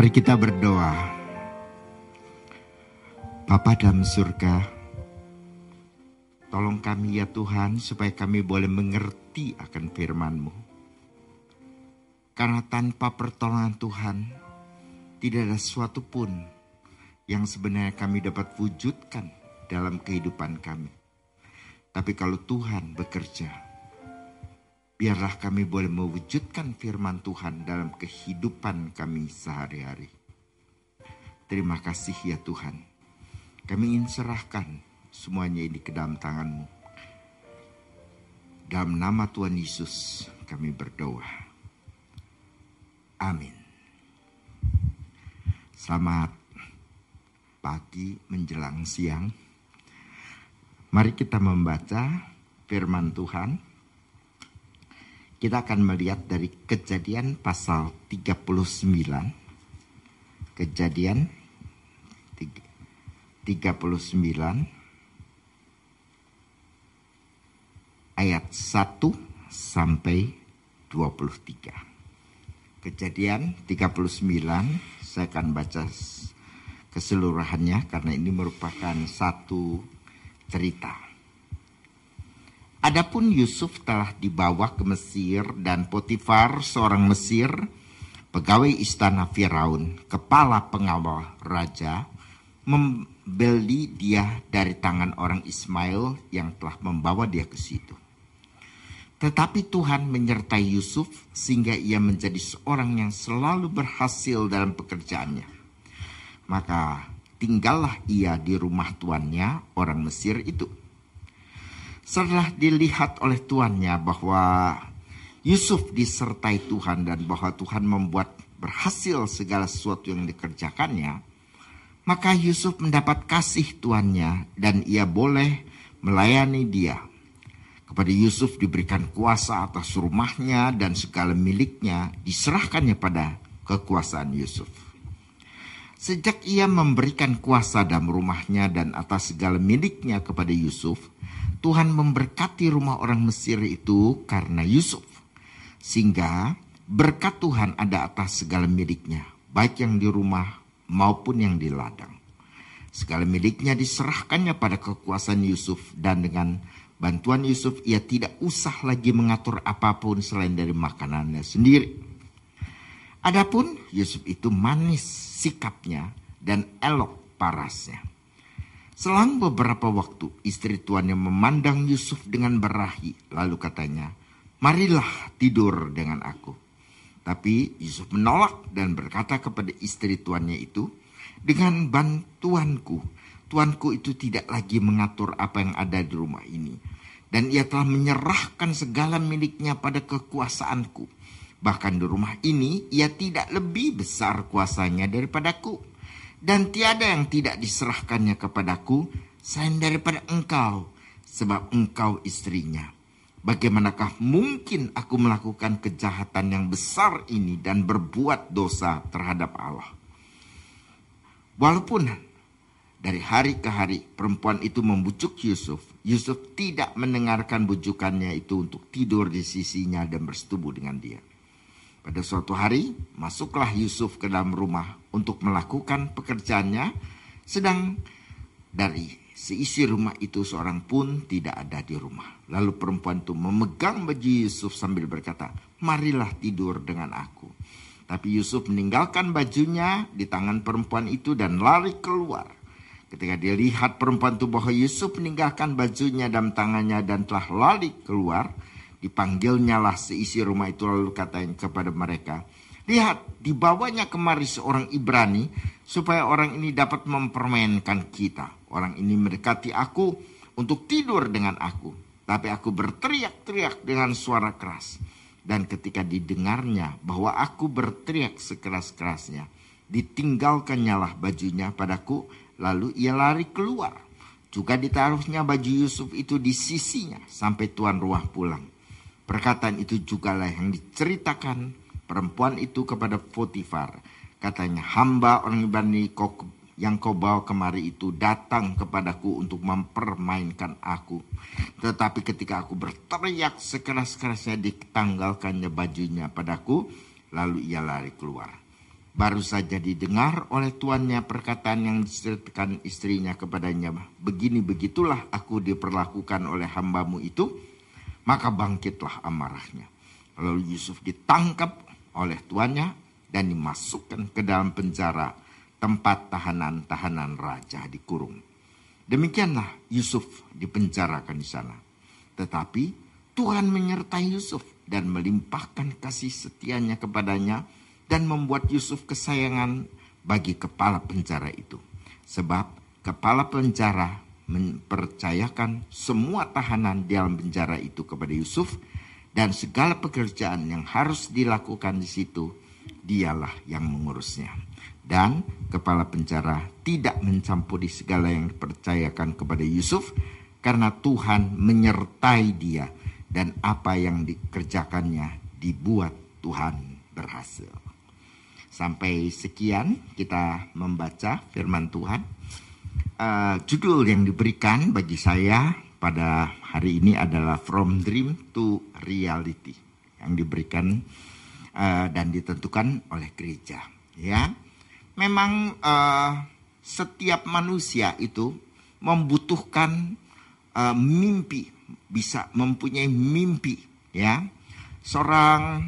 Mari kita berdoa. Bapa dalam surga, tolong kami ya Tuhan supaya kami boleh mengerti akan firman-Mu. Karena tanpa pertolongan Tuhan, tidak ada sesuatu pun yang sebenarnya kami dapat wujudkan dalam kehidupan kami. Tapi kalau Tuhan bekerja, biarlah kami boleh mewujudkan firman Tuhan dalam kehidupan kami sehari-hari. Terima kasih ya Tuhan. Kami ingin serahkan semuanya ini ke dalam tangan-Mu. Dalam nama Tuhan Yesus kami berdoa. Amin. Selamat pagi menjelang siang. Mari kita membaca firman Tuhan. Kita akan melihat dari Kejadian pasal 39. Kejadian 39 ayat 1 sampai 23. Kejadian 39 saya akan baca keseluruhannya karena ini merupakan satu cerita. Adapun Yusuf telah dibawa ke Mesir dan Potifar seorang Mesir, pegawai istana Firaun, kepala pengawal raja, membeli dia dari tangan orang Ismail yang telah membawa dia ke situ. Tetapi Tuhan menyertai Yusuf sehingga ia menjadi seorang yang selalu berhasil dalam pekerjaannya. Maka tinggallah ia di rumah tuannya orang Mesir itu. Setelah dilihat oleh tuannya bahwa Yusuf disertai Tuhan dan bahwa Tuhan membuat berhasil segala sesuatu yang dikerjakannya, maka Yusuf mendapat kasih tuannya dan ia boleh melayani dia. Kepada Yusuf diberikan kuasa atas rumahnya dan segala miliknya diserahkannya pada kekuasaan Yusuf. Sejak ia memberikan kuasa dalam rumahnya dan atas segala miliknya kepada Yusuf, Tuhan memberkati rumah orang Mesir itu karena Yusuf. Sehingga berkat Tuhan ada atas segala miliknya, baik yang di rumah maupun yang di ladang. Segala miliknya diserahkannya pada kekuasaan Yusuf dan dengan bantuan Yusuf ia tidak usah lagi mengatur apapun selain dari makanannya sendiri. Adapun Yusuf itu manis sikapnya dan elok parasnya. Selang beberapa waktu istri tuannya memandang Yusuf dengan berahi, lalu katanya, "Marilah tidur dengan aku." Tapi Yusuf menolak dan berkata kepada istri tuannya itu, "Dengan bantuanku, tuanku itu tidak lagi mengatur apa yang ada di rumah ini. Dan ia telah menyerahkan segala miliknya pada kekuasaanku. Bahkan di rumah ini ia tidak lebih besar kuasanya daripadaku. Dan tiada yang tidak diserahkannya kepadaku selain daripada engkau, sebab engkau istrinya. Bagaimanakah mungkin aku melakukan kejahatan yang besar ini dan berbuat dosa terhadap Allah?" Walaupun dari hari ke hari perempuan itu membujuk Yusuf, Yusuf tidak mendengarkan bujukannya itu untuk tidur di sisinya dan bersetubuh dengan dia. Pada suatu hari, masuklah Yusuf ke dalam rumah untuk melakukan pekerjaannya, sedang dari seisi rumah itu seorang pun tidak ada di rumah. Lalu perempuan itu memegang baju Yusuf sambil berkata, "Marilah tidur dengan aku." Tapi Yusuf meninggalkan bajunya di tangan perempuan itu dan lari keluar. Ketika dia lihat perempuan itu bahwa Yusuf meninggalkan bajunya dalam tangannya dan telah lari keluar, dipanggilnyalah seisi rumah itu lalu katanya kepada mereka, "Lihat, dibawanya kemari seorang Ibrani supaya orang ini dapat mempermainkan kita. Orang ini mendekati aku untuk tidur dengan aku, tapi aku berteriak-teriak dengan suara keras. Dan ketika didengarnya bahwa aku berteriak sekeras-kerasnya, ditinggalkannyalah bajunya padaku, lalu ia lari keluar. Juga ditaruhnya baju Yusuf itu di sisinya sampai tuan rumah pulang. Perkataan itu jugalah yang diceritakan perempuan itu kepada Potifar. Katanya, "Hamba orang Ibrani yang kau bawa kemari itu datang kepadaku untuk mempermainkan aku. Tetapi ketika aku berteriak sekeras-kerasnya, ditanggalkannya bajunya padaku, lalu ia lari keluar." Baru saja didengar oleh tuannya perkataan yang diceritakan istrinya kepadanya. Begini begitulah aku diperlakukan oleh hambamu itu. Maka bangkitlah amarahnya. Lalu Yusuf ditangkap oleh tuannya dan dimasukkan ke dalam penjara tempat tahanan-tahanan raja dikurung. Demikianlah Yusuf dipenjarakan di sana. Tetapi Tuhan menyertai Yusuf dan melimpahkan kasih setianya kepadanya dan membuat Yusuf kesayangan bagi kepala penjara itu. Sebab kepala penjara mempercayakan semua tahanan di dalam penjara itu kepada Yusuf, dan segala pekerjaan yang harus dilakukan di situ dialah yang mengurusnya. Dan kepala penjara tidak mencampuri segala yang dipercayakan kepada Yusuf, karena Tuhan menyertai dia dan apa yang dikerjakannya dibuat Tuhan berhasil. Sampai sekian kita membaca firman Tuhan. Judul yang diberikan bagi saya pada hari ini adalah From Dream to Reality, yang diberikan dan ditentukan oleh gereja. Ya, memang setiap manusia itu membutuhkan mimpi, bisa mempunyai mimpi. Ya, seorang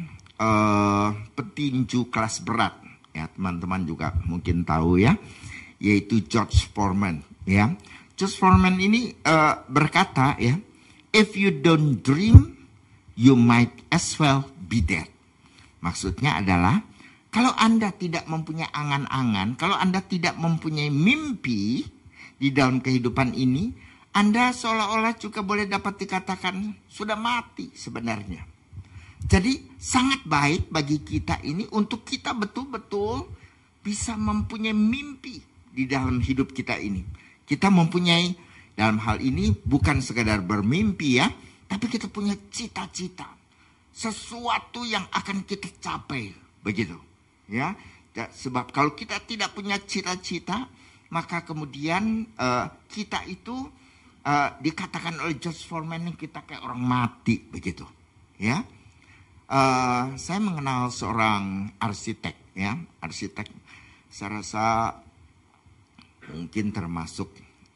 petinju kelas berat, ya teman-teman juga mungkin tahu ya, yaitu George Foreman. Ya, George Foreman ini berkata ya, if you don't dream, you might as well be dead. Maksudnya adalah kalau Anda tidak mempunyai angan-angan, kalau Anda tidak mempunyai mimpi di dalam kehidupan ini, Anda seolah-olah juga boleh dapat dikatakan sudah mati sebenarnya. Jadi sangat baik bagi kita ini untuk kita betul-betul bisa mempunyai mimpi di dalam hidup kita ini. Kita mempunyai dalam hal ini bukan sekadar bermimpi ya, tapi kita punya cita-cita. Sesuatu yang akan kita capai, begitu. Ya, sebab kalau kita tidak punya cita-cita, maka kemudian kita itu dikatakan oleh George Foreman kita kayak orang mati, begitu. Ya. Saya mengenal seorang arsitek, ya, arsitek. Saya rasa mungkin termasuk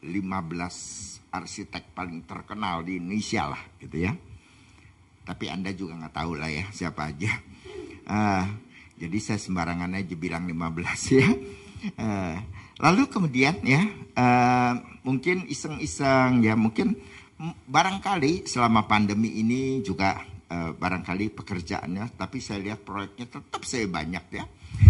15 arsitek paling terkenal di Indonesia lah, gitu ya. Tapi Anda juga nggak tahu lah ya siapa aja. Jadi saya sembarangan aja bilang 15 ya. Lalu kemudian ya, mungkin iseng-iseng ya, mungkin barangkali selama pandemi ini juga barangkali pekerjaannya, tapi saya lihat proyeknya tetap saya banyak ya.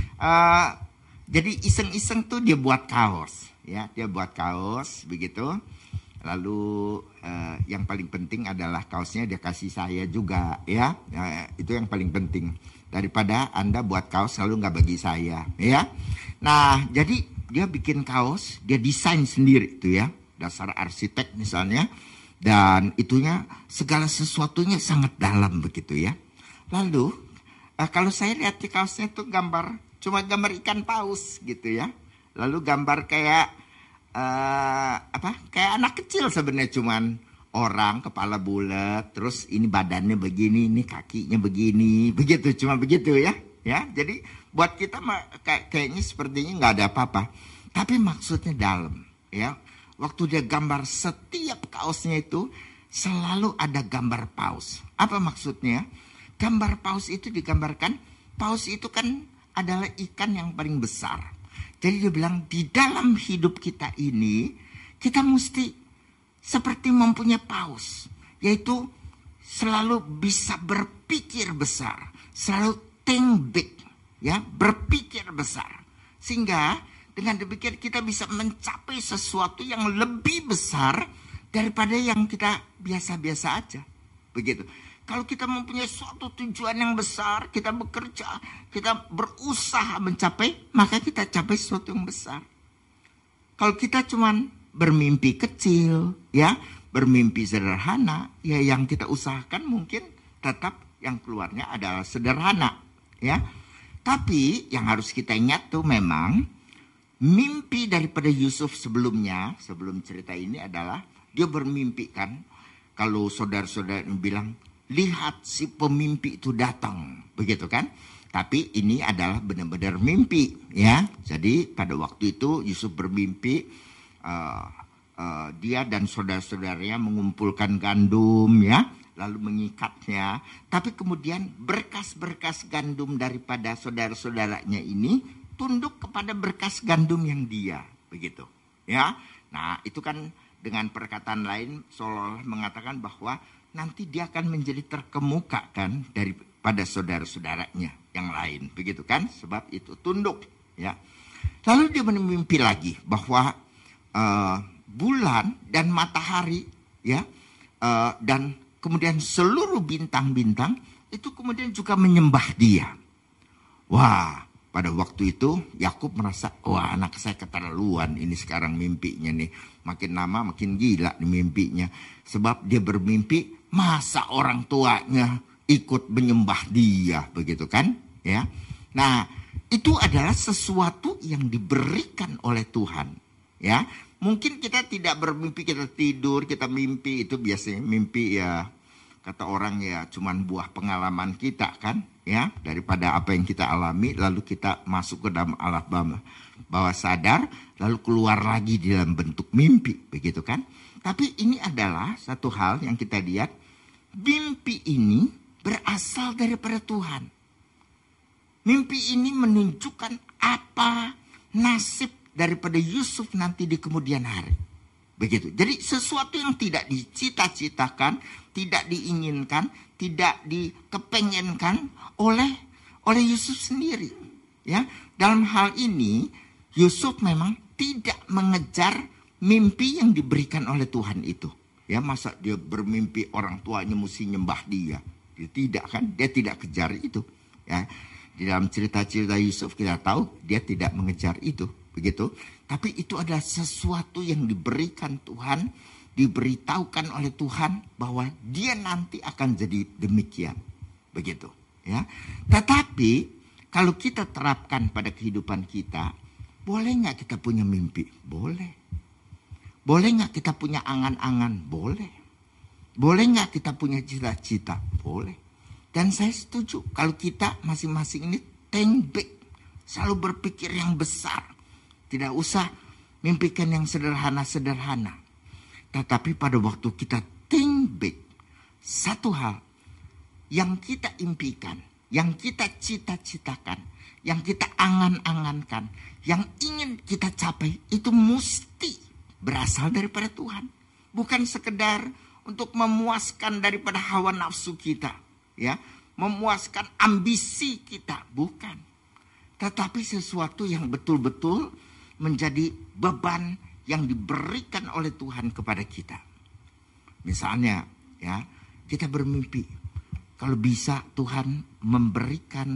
Jadi iseng-iseng tuh dia buat kaos, ya, dia buat kaos begitu. Lalu yang paling penting adalah kaosnya dia kasih saya juga, ya. Itu yang paling penting daripada Anda buat kaos lalu nggak bagi saya, ya. Nah, jadi dia bikin kaos, dia desain sendiri tuh ya, dasar arsitek misalnya. Dan itunya segala sesuatunya sangat dalam begitu ya. Lalu kalau saya lihat di kaosnya tuh cuma gambar ikan paus gitu ya. Lalu gambar kayak kayak anak kecil sebenarnya, cuman orang kepala bulat, terus ini badannya begini, ini kakinya begini, begitu, cuma begitu ya. Ya, jadi buat kita kayaknya sepertinya nggak ada apa-apa. Tapi maksudnya dalam ya. Waktu dia gambar setiap kaosnya itu selalu ada gambar paus. Apa maksudnya? Gambar paus itu digambarkan, paus itu kan adalah ikan yang paling besar. Jadi dia bilang di dalam hidup kita ini, kita mesti seperti mempunyai paus. Yaitu selalu bisa berpikir besar. Selalu think big. Ya, berpikir besar. Sehingga dengan demikian kita bisa mencapai sesuatu yang lebih besar daripada yang kita biasa-biasa aja. Begitu. Kalau kita mempunyai suatu tujuan yang besar, kita bekerja, kita berusaha mencapai, maka kita capai sesuatu yang besar. Kalau kita cuman bermimpi kecil, ya, bermimpi sederhana, ya yang kita usahakan mungkin tetap yang keluarnya adalah sederhana, ya. Tapi yang harus kita ingat tuh memang mimpi daripada Yusuf sebelumnya, sebelum cerita ini adalah dia bermimpi kan. Kalau saudara-saudara bilang, lihat si pemimpi itu datang, begitu kan. Tapi ini adalah benar-benar mimpi, ya. Jadi pada waktu itu Yusuf bermimpi, dia dan saudara-saudaranya mengumpulkan gandum, ya, lalu mengikatnya. Tapi kemudian berkas-berkas gandum daripada saudara-saudaranya ini tunduk kepada berkas gandum yang dia, begitu, ya. Nah, itu kan dengan perkataan lain seolah-olah mengatakan bahwa nanti dia akan menjadi terkemuka kan daripada saudara-saudaranya yang lain, begitu kan? Sebab itu tunduk, ya. Lalu dia bermimpi lagi bahwa bulan dan matahari, ya, dan kemudian seluruh bintang-bintang itu kemudian juga menyembah dia. Wah, pada waktu itu Yakub merasa, wah, anak saya keterlaluan ini sekarang mimpinya nih. Makin lama makin gila nih mimpinya. Sebab dia bermimpi, masa orang tuanya ikut menyembah dia, begitu kan? Ya. Nah, itu adalah sesuatu yang diberikan oleh Tuhan, ya. Mungkin kita tidak bermimpi, kita tidur, kita mimpi, itu biasanya mimpi, ya, kata orang, ya, cuman buah pengalaman kita kan, ya, daripada apa yang kita alami, lalu kita masuk ke dalam alam bawah sadar, lalu keluar lagi di dalam bentuk mimpi, begitu kan? Tapi ini adalah satu hal yang kita lihat, mimpi ini berasal daripada Tuhan. Mimpi ini menunjukkan apa nasib daripada Yusuf nanti di kemudian hari. Begitu. Jadi sesuatu yang tidak dicita-citakan, tidak diinginkan, tidak dikepengenkan oleh Yusuf sendiri. Ya, dalam hal ini Yusuf memang tidak mengejar mimpi yang diberikan oleh Tuhan itu. Ya, masa dia bermimpi orang tuanya mesti nyembah dia? Dia tidak kan? Dia tidak kejar itu. Ya, di dalam cerita-cerita Yusuf kita tahu dia tidak mengejar itu, begitu. Tapi itu adalah sesuatu yang diberikan Tuhan, diberitahukan oleh Tuhan bahwa dia nanti akan jadi demikian, begitu. Ya. Tetapi kalau kita terapkan pada kehidupan kita, boleh nggak kita punya mimpi? Boleh. Boleh nggak kita punya angan-angan? Boleh. Boleh nggak kita punya cita-cita? Boleh. Dan saya setuju kalau kita masing-masing ini think big, selalu berpikir yang besar. Tidak usah mimpikan yang sederhana-sederhana. Tetapi pada waktu kita think big, satu hal yang kita impikan, yang kita cita-citakan, yang kita angan-angankan, yang ingin kita capai, itu mesti berasal daripada Tuhan. Bukan sekedar untuk memuaskan daripada hawa nafsu kita, ya, memuaskan ambisi kita, bukan. Tetapi sesuatu yang betul-betul menjadi beban yang diberikan oleh Tuhan kepada kita. Misalnya, ya, kita bermimpi, kalau bisa Tuhan memberikan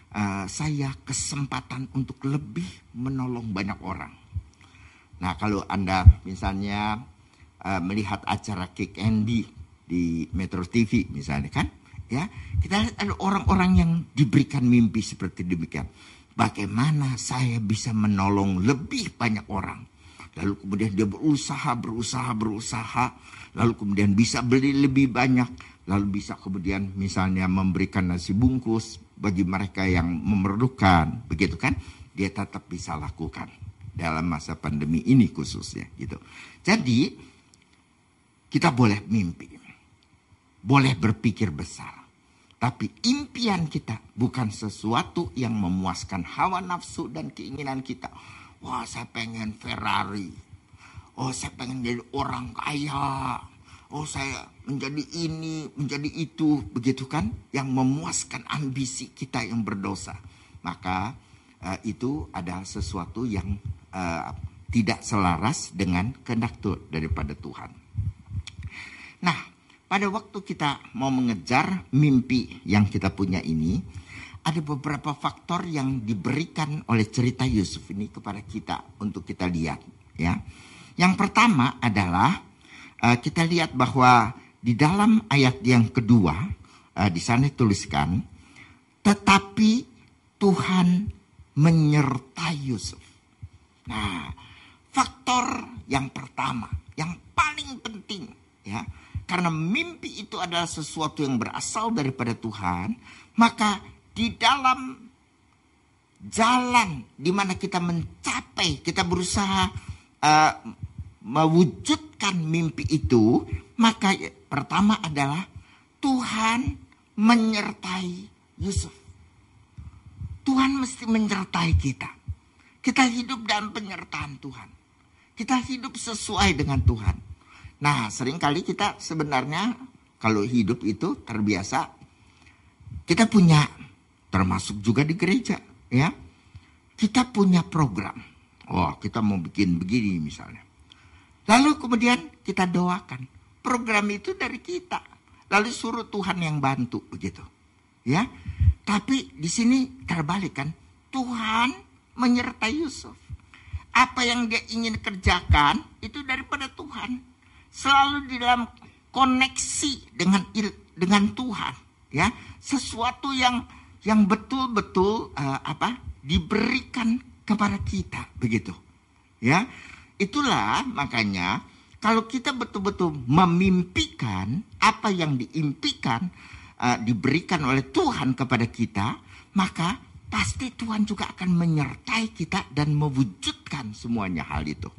saya kesempatan untuk lebih menolong banyak orang. Nah, kalau Anda misalnya melihat acara Kick Andy di Metro TV misalnya kan, ya, kita lihat ada orang-orang yang diberikan mimpi seperti demikian. Bagaimana saya bisa menolong lebih banyak orang? Lalu kemudian dia berusaha, lalu kemudian bisa beli lebih banyak, lalu bisa kemudian misalnya memberikan nasi bungkus bagi mereka yang memerlukan, begitu kan? Dia tetap bisa lakukan dalam masa pandemi ini khususnya, gitu. Jadi kita boleh mimpi, boleh berpikir besar. Tapi impian kita bukan sesuatu yang memuaskan hawa nafsu dan keinginan kita. Wah, saya pengen Ferrari. Oh, saya pengen jadi orang kaya. Oh, saya menjadi ini, menjadi itu. Begitu kan? Yang memuaskan ambisi kita yang berdosa. Maka itu adalah sesuatu yang tidak selaras dengan kehendak daripada Tuhan. Nah, pada waktu kita mau mengejar mimpi yang kita punya ini, ada beberapa faktor yang diberikan oleh cerita Yusuf ini kepada kita untuk kita lihat. Ya, yang pertama adalah kita lihat bahwa di dalam ayat yang kedua di sana dituliskan, tetapi Tuhan menyertai Yusuf. Nah, faktor yang pertama, yang paling penting, ya. Karena mimpi itu adalah sesuatu yang berasal daripada Tuhan, maka di dalam jalan di mana kita mencapai, kita berusaha mewujudkan mimpi itu, maka pertama adalah Tuhan menyertai Yusuf. Tuhan mesti menyertai kita. Kita hidup dalam penyertaan Tuhan. Kita hidup sesuai dengan Tuhan. Nah, seringkali kita sebenarnya kalau hidup itu terbiasa, kita punya, termasuk juga di gereja, ya. Kita punya program. Oh, kita mau bikin begini misalnya. Lalu kemudian kita doakan. Program itu dari kita. Lalu suruh Tuhan yang bantu, begitu. Ya. Tapi di sini terbalik kan. Tuhan menyertai Yusuf. Apa yang dia ingin kerjakan itu daripada Tuhan. Selalu di dalam koneksi dengan Tuhan, ya. Sesuatu yang betul-betul diberikan kepada kita, begitu. Ya. Itulah makanya kalau kita betul-betul memimpikan apa yang diimpikan diberikan oleh Tuhan kepada kita, maka pasti Tuhan juga akan menyertai kita dan mewujudkan semuanya hal itu.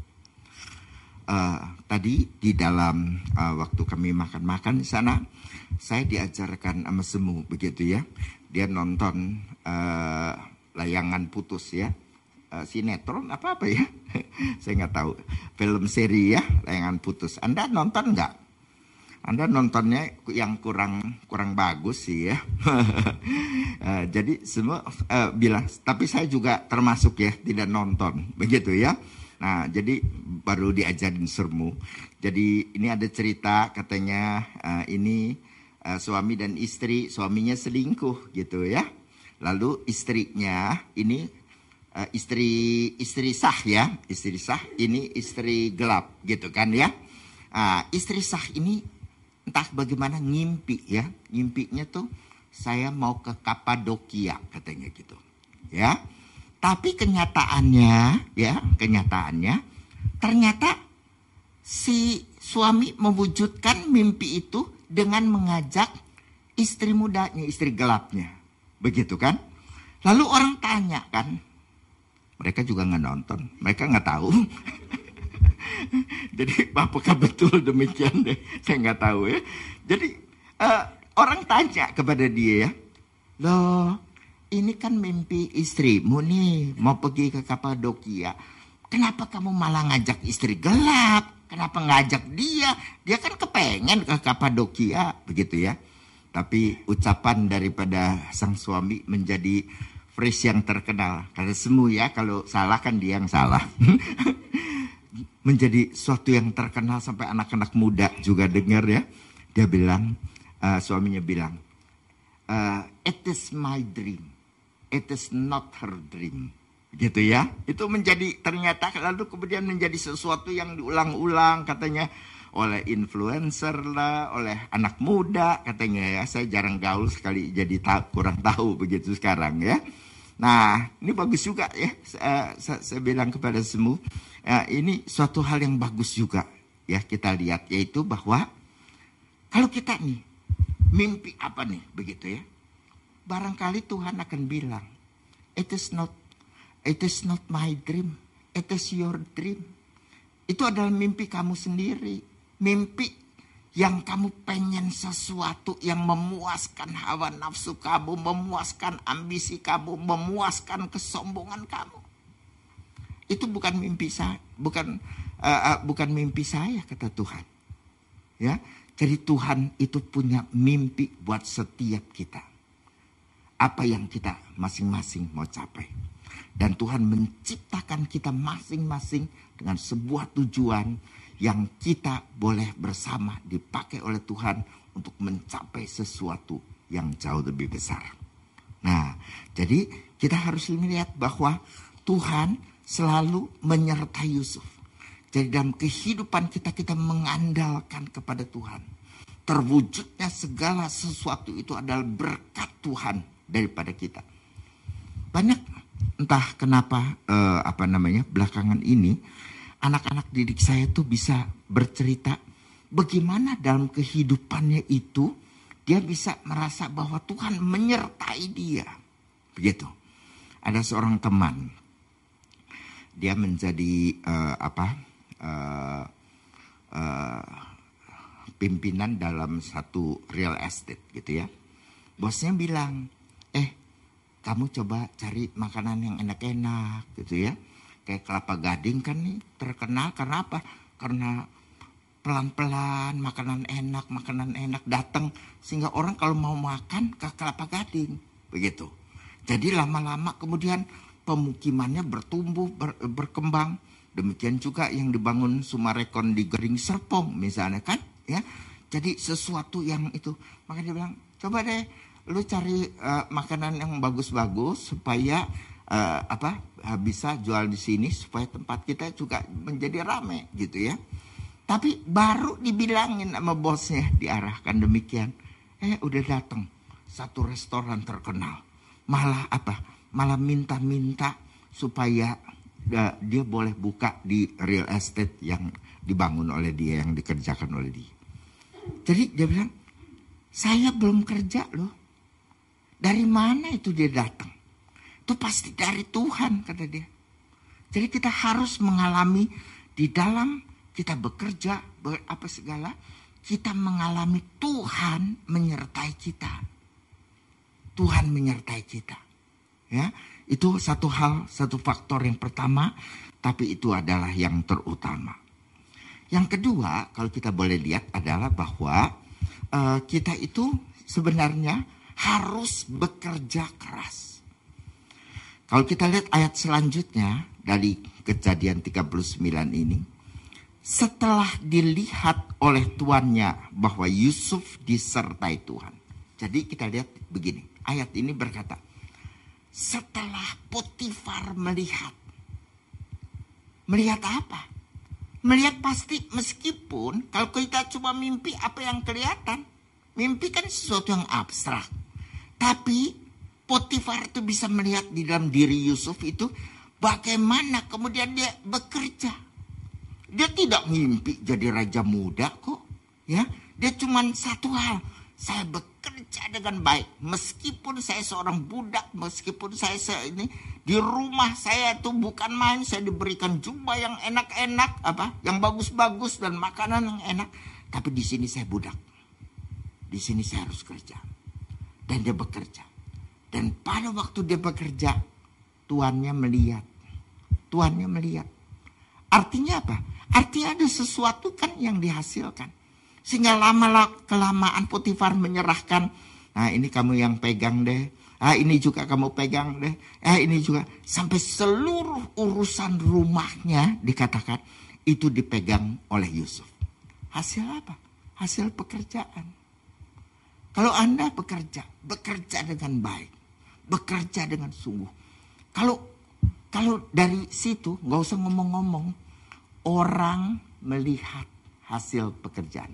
Tadi di dalam waktu kami makan-makan di sana, saya diajarkan sama Semu, begitu ya. Dia nonton layangan putus ya, sinetron apa ya, saya nggak tahu, film seri ya, layangan putus. Anda nonton nggak? Anda nontonnya yang kurang bagus sih ya. Jadi semua bilang, tapi saya juga termasuk ya, tidak nonton, begitu ya. Nah, jadi baru diajarin Sermu. Jadi ini ada cerita katanya ini suami dan istri, suaminya selingkuh gitu ya. Lalu istrinya ini istri sah ya, istri sah ini istri gelap gitu kan ya. Istri sah ini entah bagaimana ngimpi ya. Ngimpinya tuh saya mau ke Kapadokia katanya gitu. Ya. Tapi kenyataannya ternyata si suami mewujudkan mimpi itu dengan mengajak istri mudanya, istri gelapnya. Begitu kan? Lalu orang tanya kan, mereka juga nggak nonton, mereka nggak tahu. Jadi apakah betul demikian deh, saya nggak tahu ya. Jadi orang tanya kepada dia ya, loh ini kan mimpi istrimu nih, mau pergi ke Kapadokia. Kenapa kamu malah ngajak istri gelap? Kenapa ngajak dia? Dia kan kepengen ke Kapadokia, begitu ya. Tapi ucapan daripada sang suami menjadi phrase yang terkenal. Kalau Semu ya, kalau salah kan dia yang salah. Menjadi suatu yang terkenal sampai anak-anak muda juga dengar ya. Dia bilang, suaminya bilang, it is my dream. It is not her dream. Gitu ya. Itu menjadi ternyata lalu kemudian menjadi sesuatu yang diulang-ulang katanya oleh influencer lah, oleh anak muda katanya ya. Saya jarang gaul sekali jadi kurang tahu begitu sekarang ya. Nah, ini bagus juga ya. Saya bilang kepada Semu, ini suatu hal yang bagus juga ya kita lihat, yaitu bahwa kalau kita nih mimpi apa nih begitu ya. Barangkali Tuhan akan bilang, it is not my dream, it is your dream. Itu adalah mimpi kamu sendiri. Mimpi yang kamu pengen sesuatu yang memuaskan hawa nafsu kamu, memuaskan ambisi kamu, memuaskan kesombongan kamu. Itu bukan mimpi saya, bukan mimpi saya kata Tuhan. Ya, jadi Tuhan itu punya mimpi buat setiap kita. Apa yang kita masing-masing mau capai. Dan Tuhan menciptakan kita masing-masing dengan sebuah tujuan yang kita boleh bersama dipakai oleh Tuhan untuk mencapai sesuatu yang jauh lebih besar. Nah, jadi kita harus melihat bahwa Tuhan selalu menyertai Yusuf. Jadi dalam kehidupan kita mengandalkan kepada Tuhan. Terwujudnya segala sesuatu itu adalah berkat Tuhan daripada kita. Banyak entah kenapa belakangan ini anak-anak didik saya tuh bisa bercerita bagaimana dalam kehidupannya itu dia bisa merasa bahwa Tuhan menyertai dia. begitu. Ada seorang teman, dia menjadi pimpinan dalam satu real estate gitu ya. Bosnya bilang, kamu coba cari makanan yang enak-enak gitu ya. Kayak Kelapa Gading kan nih terkenal karena apa? Karena pelan-pelan makanan enak datang, sehingga orang kalau mau makan ke Kelapa Gading begitu. Jadi lama-lama kemudian pemukimannya bertumbuh berkembang. Demikian juga yang dibangun Sumarekon di Gering Serpong misalnya kan ya. Jadi sesuatu yang itu, maka dia bilang coba deh lu cari makanan yang bagus-bagus supaya bisa jual di sini supaya tempat kita juga menjadi rame gitu ya. Tapi baru dibilangin sama bosnya, diarahkan demikian, udah datang satu restoran terkenal, malah minta-minta supaya dia boleh buka di real estate yang dibangun oleh dia, yang dikerjakan oleh dia. Jadi dia bilang, saya belum kerja loh. Dari mana itu dia datang? Itu pasti dari Tuhan, kata dia. Jadi kita harus mengalami di dalam kita bekerja, segala, kita mengalami Tuhan menyertai kita. Tuhan menyertai kita. Ya, itu satu faktor yang pertama, tapi itu adalah yang terutama. Yang kedua, kalau kita boleh lihat adalah bahwa kita itu sebenarnya harus bekerja keras. Kalau kita lihat ayat selanjutnya dari Kejadian 39 ini, setelah dilihat oleh tuannya bahwa Yusuf disertai Tuhan. Jadi kita lihat begini, ayat ini berkata, setelah Potifar melihat apa? Melihat pasti, meskipun kalau kita cuma mimpi apa yang kelihatan. Mimpi kan sesuatu yang abstrak. Tapi Potifar itu bisa melihat di dalam diri Yusuf itu bagaimana kemudian dia bekerja. Dia tidak mimpi jadi raja muda kok. Ya, dia cuma satu hal. Saya bekerja dengan baik. Meskipun saya seorang budak, meskipun saya ini di rumah saya itu bukan main, saya diberikan jubah yang enak-enak, yang bagus-bagus dan makanan yang enak. Tapi di sini saya budak. Di sini saya harus kerja. Dan dia bekerja. Dan pada waktu dia bekerja, tuannya melihat. Artinya apa? Artinya ada sesuatu kan yang dihasilkan. Sehingga kelamaan Potifar menyerahkan. Nah, ini kamu yang pegang deh. Ini juga kamu pegang deh. Ini juga. Sampai seluruh urusan rumahnya dikatakan itu dipegang oleh Yusuf. Hasil apa? Hasil pekerjaan. Kalau Anda bekerja dengan baik, bekerja dengan sungguh. Kalau dari situ nggak usah ngomong-ngomong, orang melihat hasil pekerjaan.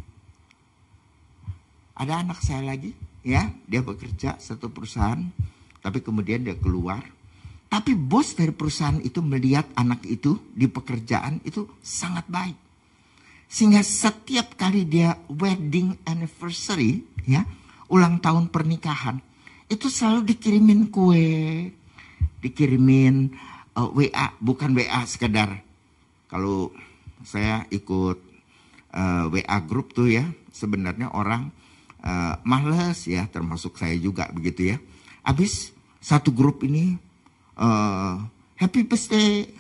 Ada anak saya lagi, ya, dia bekerja satu perusahaan, tapi kemudian dia keluar. Tapi bos dari perusahaan itu melihat anak itu di pekerjaan itu sangat baik. Sehingga setiap kali dia wedding anniversary, ya, ulang tahun pernikahan, itu selalu dikirimin kue, dikirimin WA, bukan WA sekedar. Kalau saya ikut WA grup tuh ya, sebenarnya orang males ya, termasuk saya juga begitu ya. Habis satu grup ini happy birthday,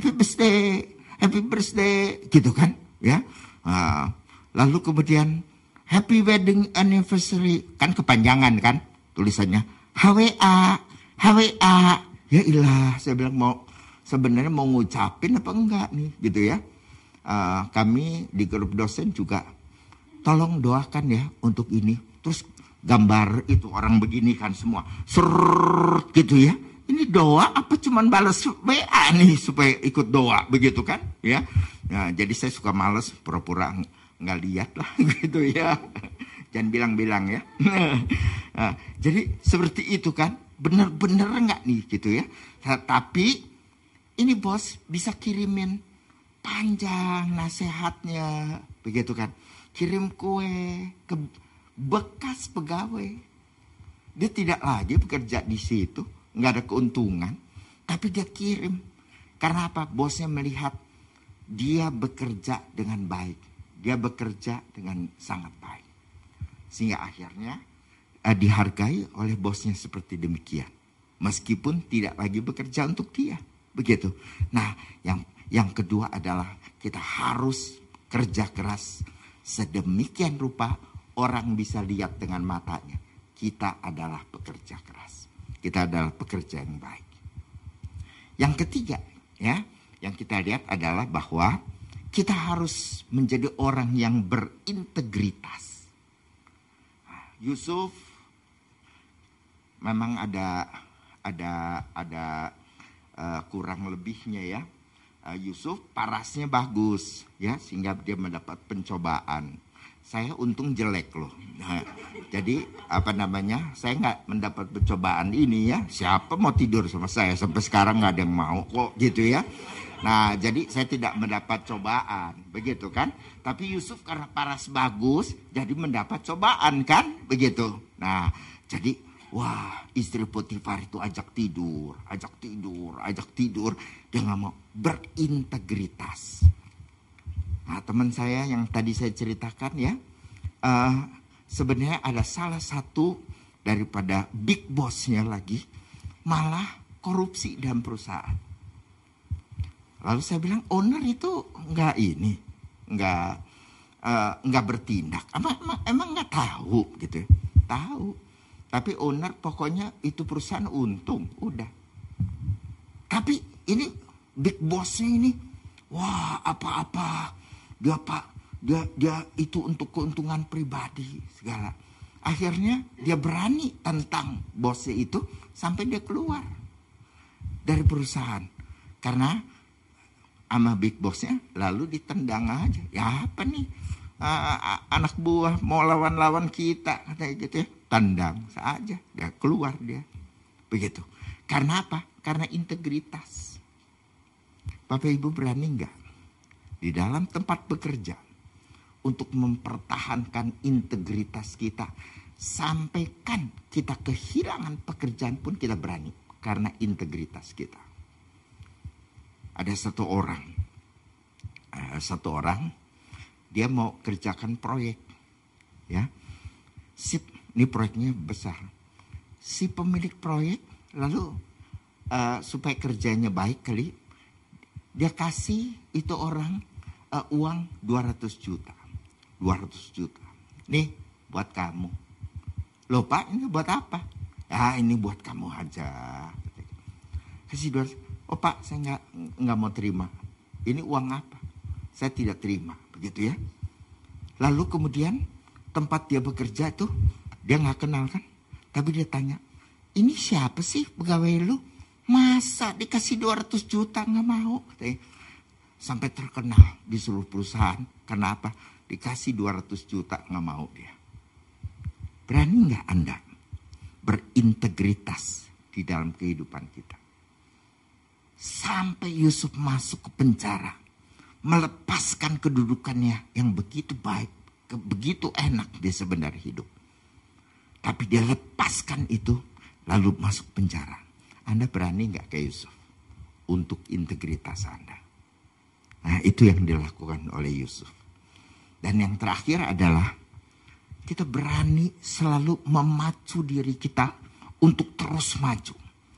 gitu kan? Ya, lalu kemudian happy wedding anniversary, kan kepanjangan kan tulisannya, HWA. Ya ilah, saya bilang sebenarnya mau ngucapin apa enggak nih gitu ya. Kami di grup dosen juga tolong doakan ya untuk ini. Terus gambar itu orang begini kan semua gitu ya. Ini doa apa cuman balas WA nih supaya ikut doa begitu kan ya. Nah, jadi saya suka males pura-pura nggak lihat lah gitu ya. Jangan bilang-bilang ya. Nah, jadi seperti itu kan, bener-bener nggak nih gitu ya. Tapi ini bos bisa kirimin panjang nasihatnya begitu kan. Kirim kue ke bekas pegawai. Dia tidak lagi bekerja di situ, nggak ada keuntungan, tapi dia kirim. Karena apa? Bosnya melihat dia bekerja dengan baik, dia bekerja dengan sangat baik, sehingga akhirnya dihargai oleh bosnya seperti demikian, meskipun tidak lagi bekerja untuk dia, begitu. Nah, yang kedua adalah kita harus kerja keras sedemikian rupa orang bisa lihat dengan matanya. Kita adalah pekerja keras. Kita adalah pekerja yang baik. Yang ketiga, ya, yang kita lihat adalah bahwa kita harus menjadi orang yang berintegritas. Yusuf memang ada kurang lebihnya ya. Yusuf parasnya bagus ya, sehingga dia mendapat pencobaan. Saya untung jelek loh. Nah, jadi saya nggak mendapat pencobaan ini ya. Siapa mau tidur sama saya? Sampai sekarang nggak ada yang mau kok gitu ya. Nah, jadi saya tidak mendapat cobaan, begitu kan? Tapi Yusuf karena paras bagus, jadi mendapat cobaan kan, begitu. Nah, jadi wah, istri Potifar itu ajak tidur. Dia nggak mau, berintegritas. Nah, teman saya yang tadi saya ceritakan ya, sebenarnya ada salah satu daripada big bossnya lagi, malah korupsi dalam perusahaan. Lalu saya bilang, owner itu nggak bertindak. Emang nggak tahu gitu? Tahu. Tapi owner pokoknya itu perusahaan untung, udah. Tapi ini big bossnya ini, wah apa-apa dia itu untuk keuntungan pribadi segala. Akhirnya dia berani tentang bosnya itu sampai dia keluar dari perusahaan karena sama big bossnya, lalu ditendang aja. Ya apa nih, anak buah mau lawan kita katanya gitu ya, tendang saja, dia keluar dia, begitu. Karena apa? Karena integritas. Bapak Ibu berani nggak di dalam tempat bekerja untuk mempertahankan integritas kita, sampaikan kita kehilangan pekerjaan pun kita berani karena integritas kita. Ada satu orang dia mau kerjakan proyek ya, ini proyeknya besar. Si pemilik proyek lalu supaya kerjanya baik kali, dia kasih itu orang uang 200 juta. Nih buat kamu. Loh Pak, ini buat apa? Ya ini buat kamu aja. Kasih 200. Oh Pak, saya nggak mau terima. Ini uang apa? Saya tidak terima, begitu ya. Lalu kemudian tempat dia bekerja itu dia nggak kenal kan? Tapi dia tanya, ini siapa sih pegawai lu? Masa dikasih 200 juta nggak mau? Sampai terkenal di seluruh perusahaan. Kenapa? Dikasih 200 juta nggak mau dia. Berani nggak Anda berintegritas di dalam kehidupan kita? Sampai Yusuf masuk ke penjara, melepaskan kedudukannya yang begitu baik, begitu enak dia sebenarnya hidup. Tapi dia lepaskan itu, lalu masuk penjara. Anda berani nggak kayak Yusuf untuk integritas Anda? Nah, itu yang dilakukan oleh Yusuf. Dan yang terakhir adalah kita berani selalu memacu diri kita untuk terus maju,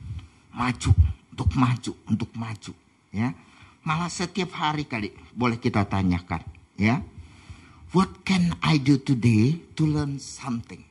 untuk maju, ya. Malah setiap hari kali boleh kita tanyakan, ya. What can I do today to learn something?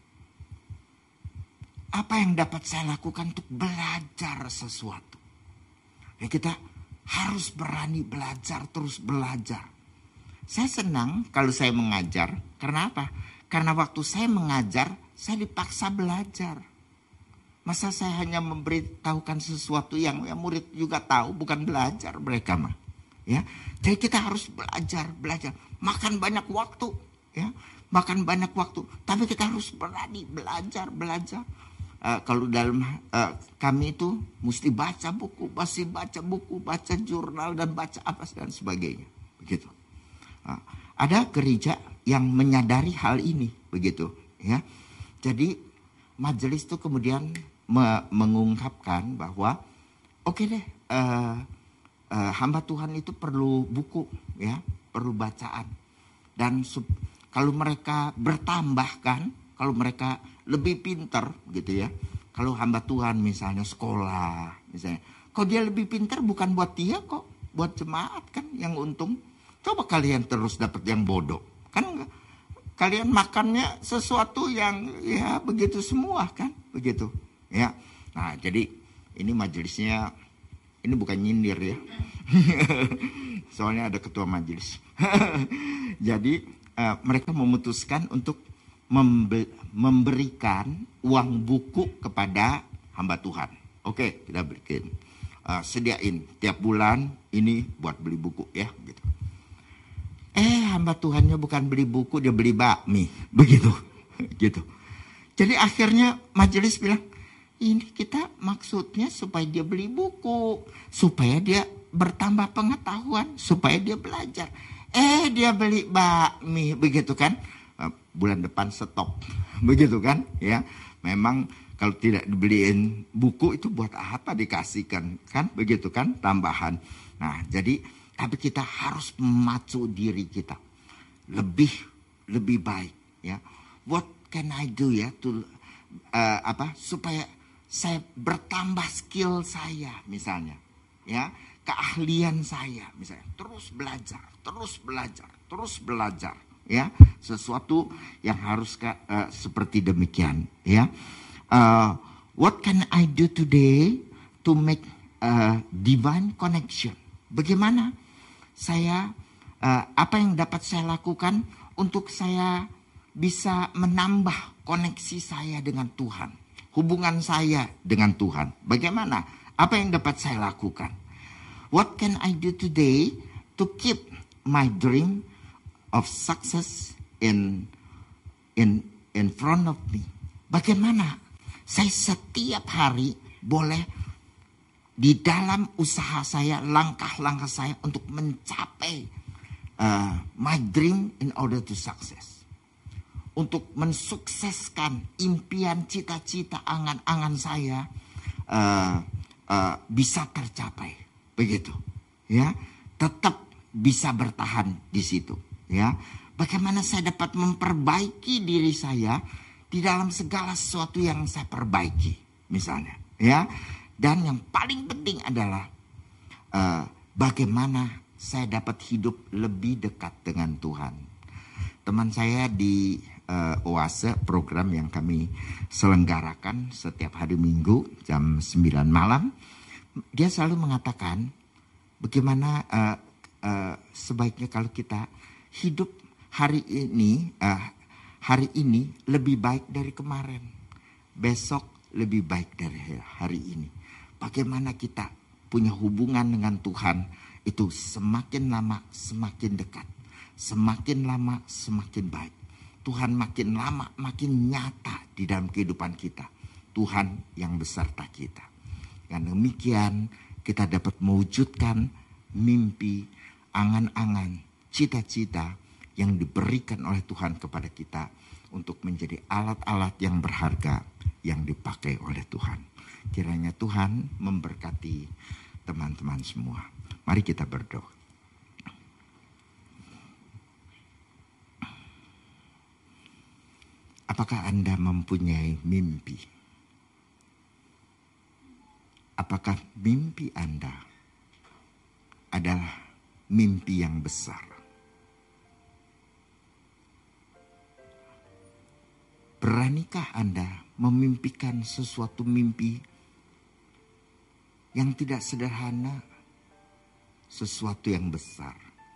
Apa yang dapat saya lakukan untuk belajar sesuatu? Ya, kita harus berani belajar, terus belajar. Saya senang kalau saya mengajar. Karena apa? Karena waktu saya mengajar, saya dipaksa belajar. Masa saya hanya memberitahukan sesuatu yang murid juga tahu, bukan belajar mereka mah. Ya, jadi kita harus belajar. Makan banyak waktu, ya, Tapi kita harus berani belajar. Kalau dalam kami itu mesti baca buku, baca jurnal dan baca apa dan sebagainya, begitu. Ada gereja yang menyadari hal ini, begitu, ya. Jadi majelis itu kemudian mengungkapkan bahwa oke deh, hamba Tuhan itu perlu buku, ya, perlu bacaan. Dan kalau mereka bertambah kan, kalau mereka lebih pintar gitu ya. Kalau hamba Tuhan misalnya sekolah, misalnya, kalau dia lebih pintar bukan buat dia kok, buat jemaat kan yang untung. Coba kalian terus dapat yang bodoh, kan enggak? Kalian makannya sesuatu yang ya begitu semua kan, begitu ya. Nah jadi ini majelisnya, ini bukan nyindir ya, soalnya ada ketua majelis. Jadi mereka memutuskan untuk memberikan uang buku kepada hamba Tuhan. Oke, kita bikin, sediain tiap bulan ini buat beli buku ya, gitu. Hamba Tuhannya bukan beli buku, dia beli bakmi, begitu, gitu. Jadi akhirnya majelis bilang, ini kita maksudnya supaya dia beli buku, supaya dia bertambah pengetahuan, supaya dia belajar. Dia beli bakmi, begitu kan? Bulan depan stop, begitu kan? Ya, memang kalau tidak dibeliin buku itu buat apa dikasihkan, kan? Begitu kan? Tambahan. Nah, jadi tapi kita harus memacu diri kita lebih baik, ya. What can I do ya to supaya saya bertambah skill saya misalnya, ya, keahlian saya misalnya, terus belajar, ya, sesuatu yang harus seperti demikian, ya. What can I do today to make divine connection? Bagaimana saya, apa yang dapat saya lakukan untuk saya bisa menambah koneksi saya dengan Tuhan, hubungan saya dengan Tuhan. Bagaimana? Apa yang dapat saya lakukan? What can I do today to keep my dream of success in front of me? Bagaimana saya setiap hari boleh di dalam usaha saya, langkah-langkah saya untuk mencapai my dream in order to success. Untuk mensukseskan impian, cita-cita, angan-angan saya bisa tercapai. Begitu. Ya, tetap bisa bertahan di situ. Ya, bagaimana saya dapat memperbaiki diri saya di dalam segala sesuatu yang saya perbaiki. Misalnya. Ya. Dan yang paling penting adalah bagaimana saya dapat hidup lebih dekat dengan Tuhan. Teman saya di Oase, program yang kami selenggarakan setiap hari Minggu jam 9 malam, dia selalu mengatakan bagaimana sebaiknya kalau kita hidup hari ini lebih baik dari kemarin, besok lebih baik dari hari ini. Bagaimana kita punya hubungan dengan Tuhan itu semakin lama semakin dekat. Semakin lama semakin baik. Tuhan makin lama makin nyata di dalam kehidupan kita. Tuhan yang beserta kita. Dan demikian kita dapat mewujudkan mimpi, angan-angan, cita-cita yang diberikan oleh Tuhan kepada kita untuk menjadi alat-alat yang berharga yang dipakai oleh Tuhan. Kiranya Tuhan memberkati teman-teman semua. Mari kita berdoa. Apakah Anda mempunyai mimpi? Apakah mimpi Anda adalah mimpi yang besar? Beranikah Anda memimpikan sesuatu mimpi yang tidak sederhana, sesuatu yang besar?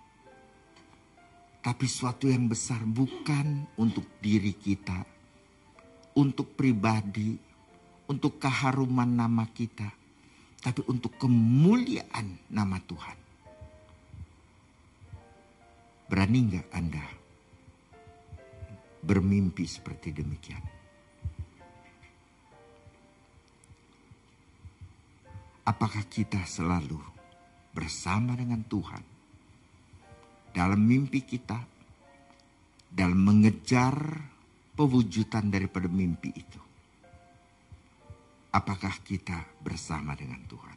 Tapi sesuatu yang besar bukan untuk diri kita, untuk pribadi, untuk keharuman nama kita, tapi untuk kemuliaan nama Tuhan. Berani enggak Anda bermimpi seperti demikian? Apakah kita selalu bersama dengan Tuhan dalam mimpi kita, dalam mengejar pewujudan daripada mimpi itu? apakah kita bersama dengan Tuhan?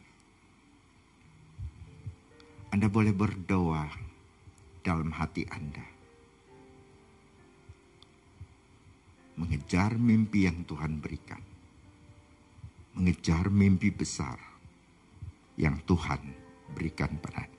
Anda boleh berdoa dalam hati Anda, mengejar mimpi yang Tuhan berikan, mengejar mimpi besar yang Tuhan berikan pada Anda.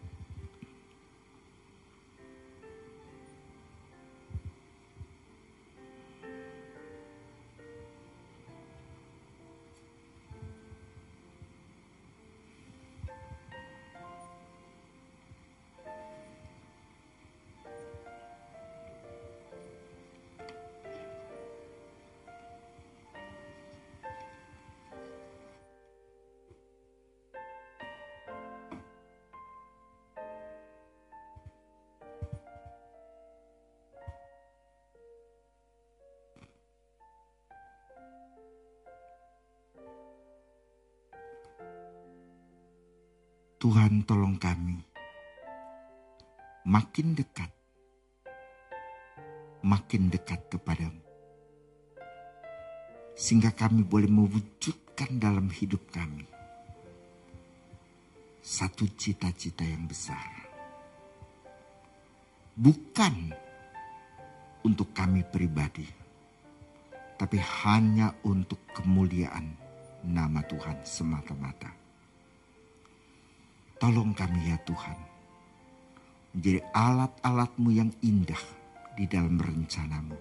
Tuhan, tolong kami makin dekat kepadamu, sehingga kami boleh mewujudkan dalam hidup kami satu cita-cita yang besar, bukan untuk kami pribadi, tapi hanya untuk kemuliaan nama Tuhan semata-mata. Tolong kami ya Tuhan, menjadi alat-alat-Mu yang indah di dalam rencana-Mu.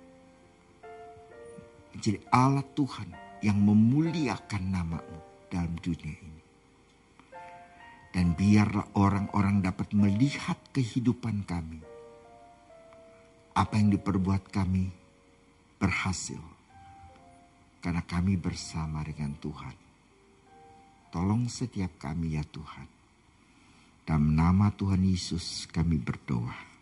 Menjadi alat Tuhan yang memuliakan nama-Mu dalam dunia ini. Dan biarlah orang-orang dapat melihat kehidupan kami. Apa yang diperbuat kami berhasil. Karena kami bersama dengan Tuhan. Tolong setiap kami ya Tuhan. Dalam nama Tuhan Yesus kami berdoa.